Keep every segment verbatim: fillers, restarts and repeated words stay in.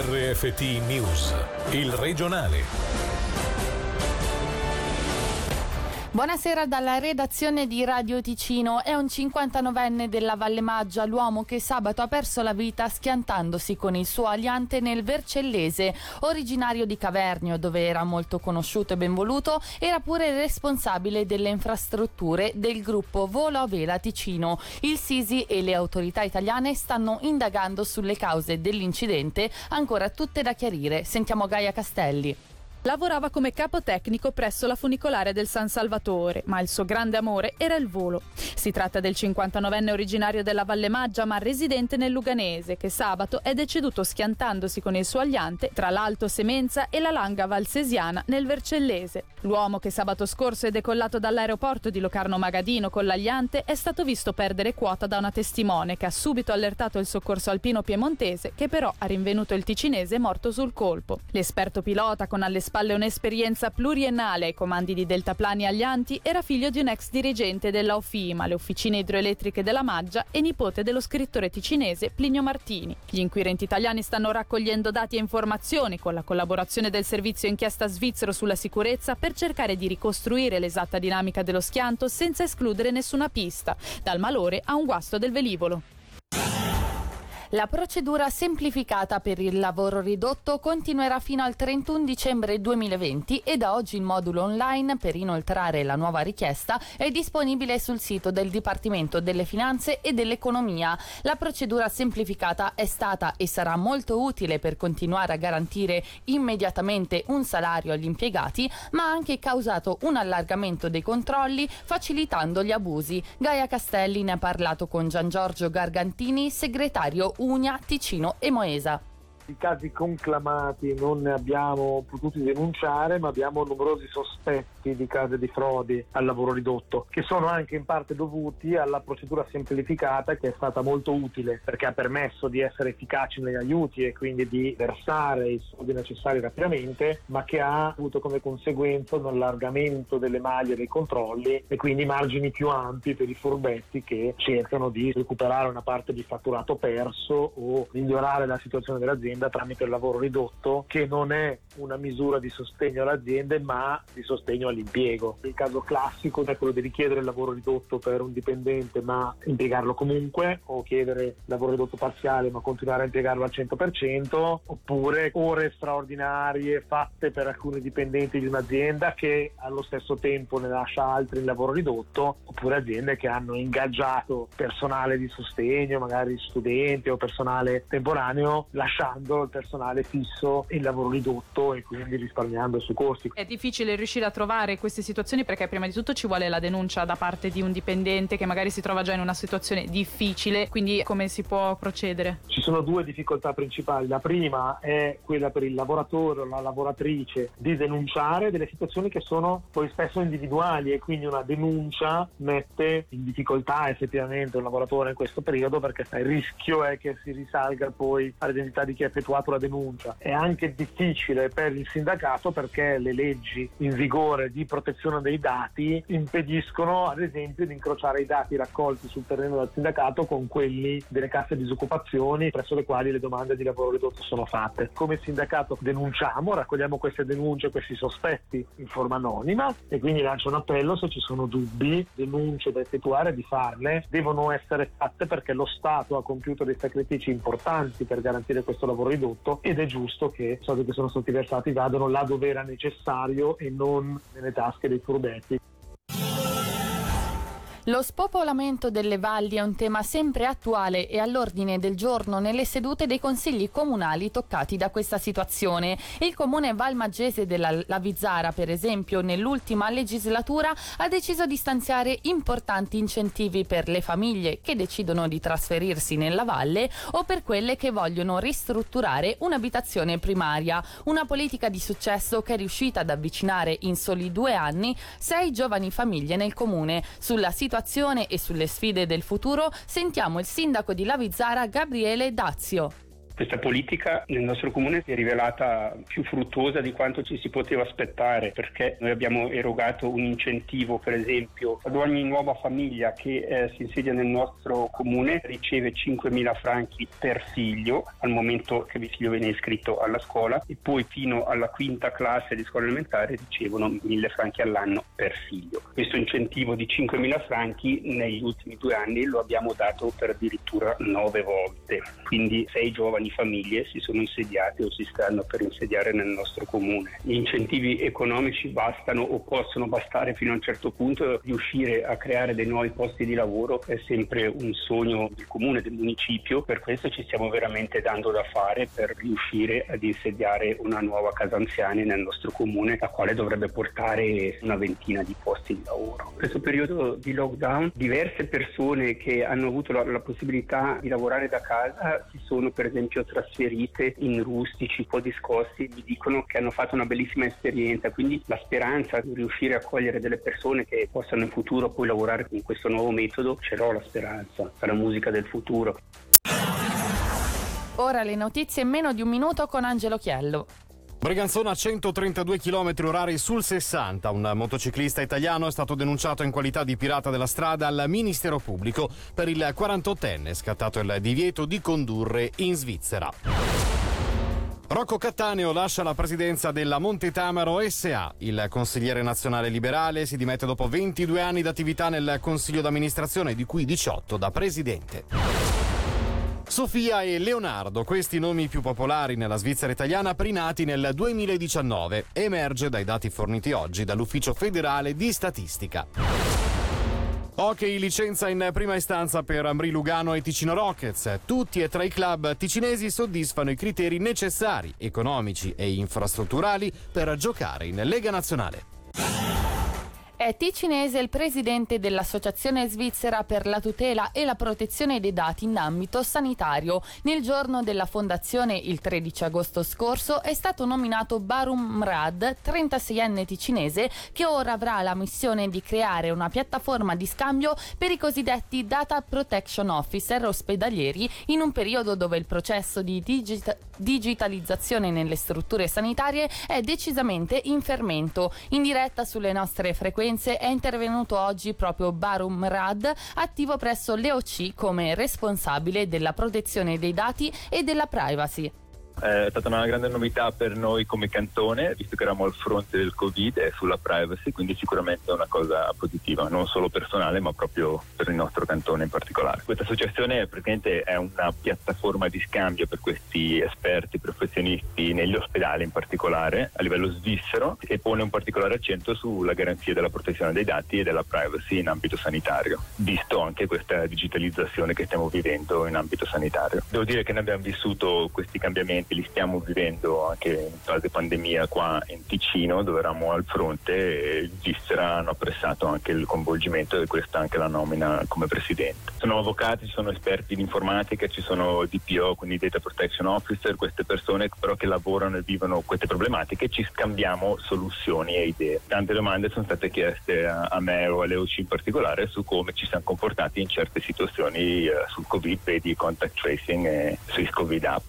R F T News, il regionale. Buonasera dalla redazione di Radio Ticino. È un cinquantanovenne della Valle Maggia l'uomo che sabato ha perso la vita schiantandosi con il suo aliante nel Vercellese. Originario di Cavernio, dove era molto conosciuto e ben voluto, era pure responsabile delle infrastrutture del gruppo Volo a Vela Ticino. Il Sisi e le autorità italiane stanno indagando sulle cause dell'incidente, ancora tutte da chiarire. Sentiamo Gaia Castelli. Lavorava come capo tecnico presso la funicolare del San Salvatore, ma il suo grande amore era il volo. Si tratta del cinquantanovenne originario della Valle Maggia, ma residente nel Luganese, che sabato è deceduto schiantandosi con il suo aliante tra l'Alto Semenza e la Langa Valsesiana nel Vercellese. L'uomo, che sabato scorso è decollato dall'aeroporto di Locarno Magadino con l'aliante, è stato visto perdere quota da una testimone che ha subito allertato il soccorso alpino piemontese, che però ha rinvenuto il ticinese morto sul colpo. L'esperto pilota, con alle spalle un'esperienza pluriennale ai comandi di deltaplani Alianti, era figlio di un ex dirigente della O F I M A, le Officine Idroelettriche della Maggia, e nipote dello scrittore ticinese Plinio Martini. Gli inquirenti italiani stanno raccogliendo dati e informazioni con la collaborazione del servizio inchiesta svizzero sulla sicurezza per cercare di ricostruire l'esatta dinamica dello schianto senza escludere nessuna pista, dal malore a un guasto del velivolo. La procedura semplificata per il lavoro ridotto continuerà fino al trentuno dicembre duemilaventi e da oggi il modulo online per inoltrare la nuova richiesta è disponibile sul sito del Dipartimento delle Finanze e dell'Economia. La procedura semplificata è stata e sarà molto utile per continuare a garantire immediatamente un salario agli impiegati, ma ha anche causato un allargamento dei controlli, facilitando gli abusi. Gaia Castelli ne ha parlato con Gian Giorgio Gargantini, segretario Unia, Ticino e Moesa. I casi conclamati non ne abbiamo potuti denunciare, ma abbiamo numerosi sospetti di casi di frodi al lavoro ridotto, che sono anche in parte dovuti alla procedura semplificata, che è stata molto utile perché ha permesso di essere efficaci negli aiuti e quindi di versare i soldi necessari rapidamente, ma che ha avuto come conseguenza un allargamento delle maglie dei controlli e quindi margini più ampi per i furbetti che cercano di recuperare una parte di fatturato perso o migliorare la situazione dell'azienda tramite il lavoro ridotto, che non è una misura di sostegno alle aziende ma di sostegno all'impiego. Il caso classico è quello di richiedere il lavoro ridotto per un dipendente ma impiegarlo comunque, o chiedere lavoro ridotto parziale ma continuare a impiegarlo al cento per cento, oppure ore straordinarie fatte per alcuni dipendenti di un'azienda che allo stesso tempo ne lascia altri in lavoro ridotto, oppure aziende che hanno ingaggiato personale di sostegno, magari studenti o personale temporaneo, lasciando il personale fisso e il lavoro ridotto e quindi risparmiando su costi. È difficile riuscire a trovare queste situazioni perché prima di tutto ci vuole la denuncia da parte di un dipendente che magari si trova già in una situazione difficile, quindi come si può procedere? Ci sono due difficoltà principali. La prima è quella per il lavoratore o la lavoratrice di denunciare delle situazioni che sono poi spesso individuali, e quindi una denuncia mette in difficoltà effettivamente un lavoratore in questo periodo, perché il rischio è che si risalga poi all'identità di chi ha effettuato la denuncia. È anche difficile per il sindacato perché le leggi in vigore di protezione dei dati impediscono ad esempio di incrociare i dati raccolti sul terreno del sindacato con quelli delle casse disoccupazioni presso le quali le domande di lavoro ridotto sono fatte. Come sindacato denunciamo, raccogliamo queste denunce, questi sospetti in forma anonima, e quindi lancio un appello: se ci sono dubbi, denunce da effettuare, di farle. Devono essere fatte perché lo Stato ha compiuto dei sacrifici importanti per garantire questo lavoro ridotto, ed è giusto che i soldi che sono stati versati vadano là dove era necessario e non nelle tasche dei furbetti. Lo spopolamento delle valli è un tema sempre attuale e all'ordine del giorno nelle sedute dei consigli comunali toccati da questa situazione. Il comune valmaggese della Lavizzara, per esempio, nell'ultima legislatura ha deciso di stanziare importanti incentivi per le famiglie che decidono di trasferirsi nella valle o per quelle che vogliono ristrutturare un'abitazione primaria. Una politica di successo che è riuscita ad avvicinare in soli due anni sei giovani famiglie nel comune. Sulla situazione e sulle sfide del futuro sentiamo il sindaco di Lavizzara, Gabriele Dazio. Questa politica nel nostro comune si è rivelata più fruttuosa di quanto ci si poteva aspettare, perché noi abbiamo erogato un incentivo, per esempio, ad ogni nuova famiglia che eh, si insedia nel nostro comune riceve cinquemila franchi per figlio al momento che il figlio viene iscritto alla scuola, e poi fino alla quinta classe di scuola elementare ricevono mille franchi all'anno per figlio. Questo incentivo di cinquemila franchi negli ultimi due anni lo abbiamo dato per addirittura nove volte, quindi sei giovani famiglie si sono insediate o si stanno per insediare nel nostro comune. Gli incentivi economici bastano o possono bastare fino a un certo punto. Riuscire a creare dei nuovi posti di lavoro è sempre un sogno del comune, del municipio, per questo ci stiamo veramente dando da fare per riuscire ad insediare una nuova casa anziani nel nostro comune, la quale dovrebbe portare una ventina di posti di lavoro. In questo periodo di lockdown diverse persone che hanno avuto la, la possibilità di lavorare da casa si sono per esempio trasferite in rustici un po' discosti, mi dicono che hanno fatto una bellissima esperienza, quindi la speranza di riuscire a cogliere delle persone che possano in futuro poi lavorare con questo nuovo metodo, ce l'ho la speranza, è la musica del futuro. Ora le notizie in meno di un minuto con Angelo Chiello. Briganzona a centotrentadue chilometri orari sul sessanta. Un motociclista italiano è stato denunciato in qualità di pirata della strada al Ministero Pubblico per il quarantottenne scattato il divieto di condurre in Svizzera. Rocco Cattaneo lascia la presidenza della Monte Tamaro S A. Il consigliere nazionale liberale si dimette dopo ventidue anni d'attività nel consiglio d'amministrazione, di cui diciotto da presidente. Sofia e Leonardo, questi nomi più popolari nella Svizzera italiana, prinati nel duemiladiciannove, emerge dai dati forniti oggi dall'Ufficio federale di statistica. Hockey, licenza in prima istanza per Ambrì Lugano e Ticino Rockets. Tutti e tre i club ticinesi soddisfano i criteri necessari, economici e infrastrutturali, per giocare in Lega Nazionale. È ticinese il presidente dell'Associazione Svizzera per la tutela e la protezione dei dati in ambito sanitario. Nel giorno della fondazione, il tredici agosto scorso, è stato nominato Barum Mrad, trentaseienne ticinese, che ora avrà la missione di creare una piattaforma di scambio per i cosiddetti Data Protection Officer ospedalieri, in un periodo dove il processo di digita- digitalizzazione nelle strutture sanitarie è decisamente in fermento. In diretta sulle nostre frequenze è intervenuto oggi proprio Barum Mrad, attivo presso l'E O C come responsabile della protezione dei dati e della privacy. È stata una grande novità per noi come cantone, visto che eravamo al fronte del Covid e sulla privacy, quindi sicuramente è una cosa positiva, non solo personale ma proprio per il nostro cantone in particolare. Questa associazione praticamente è una piattaforma di scambio per questi esperti professionisti negli ospedali in particolare a livello svizzero, e pone un particolare accento sulla garanzia della protezione dei dati e della privacy in ambito sanitario, visto anche questa digitalizzazione che stiamo vivendo in ambito sanitario. Devo dire che ne abbiamo vissuto questi cambiamenti, li stiamo vivendo anche in fase pandemia qua in Ticino, dove eravamo al fronte, e il Svizzera hanno apprezzato anche il coinvolgimento e questa anche la nomina come presidente. Sono avvocati, ci sono esperti di informatica, ci sono D P O, quindi Data Protection Officer, queste persone però che lavorano e vivono queste problematiche, ci scambiamo soluzioni e idee. Tante domande sono state chieste a, a me o alle O C in particolare su come ci siamo comportati in certe situazioni eh, sul Covid, vedi contact tracing e Swiss Covid App.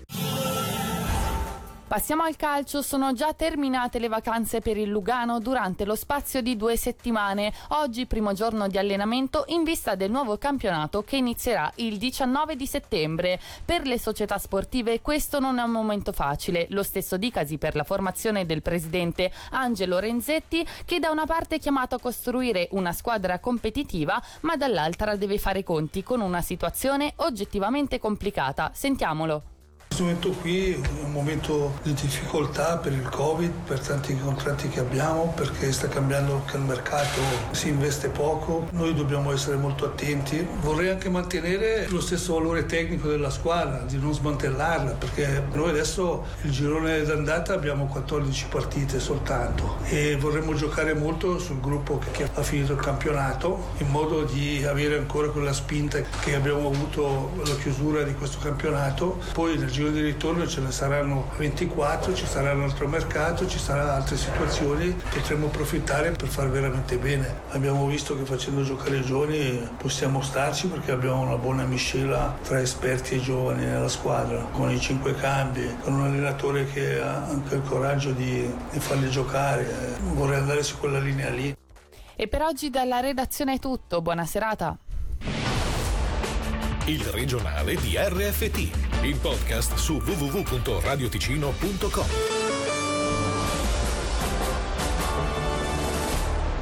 Passiamo al calcio. Sono già terminate le vacanze per il Lugano durante lo spazio di due settimane. Oggi, primo giorno di allenamento in vista del nuovo campionato che inizierà il diciannove di settembre. Per le società sportive questo non è un momento facile. Lo stesso dicasi per la formazione del presidente Angelo Renzetti, che da una parte è chiamato a costruire una squadra competitiva, ma dall'altra deve fare i conti con una situazione oggettivamente complicata. Sentiamolo. Questo momento qui è un momento di difficoltà per il Covid, per tanti contratti che abbiamo, perché sta cambiando anche il mercato, si investe poco, noi dobbiamo essere molto attenti. Vorrei anche mantenere lo stesso valore tecnico della squadra, di non smantellarla, perché noi adesso il girone d'andata abbiamo quattordici partite soltanto e vorremmo giocare molto sul gruppo che ha finito il campionato, in modo di avere ancora quella spinta che abbiamo avuto alla chiusura di questo campionato. Poi nel giro di ritorno ce ne saranno ventiquattro, ci sarà un altro mercato, ci saranno altre situazioni, potremo approfittare per far veramente bene. Abbiamo visto che facendo giocare i giovani possiamo starci perché abbiamo una buona miscela tra esperti e giovani nella squadra, con i cinque cambi, con un allenatore che ha anche il coraggio di, di farli giocare. Vorrei andare su quella linea lì. E per oggi dalla redazione è tutto, buona serata. Il regionale di R F T, il podcast su w w w punto radioticino punto com.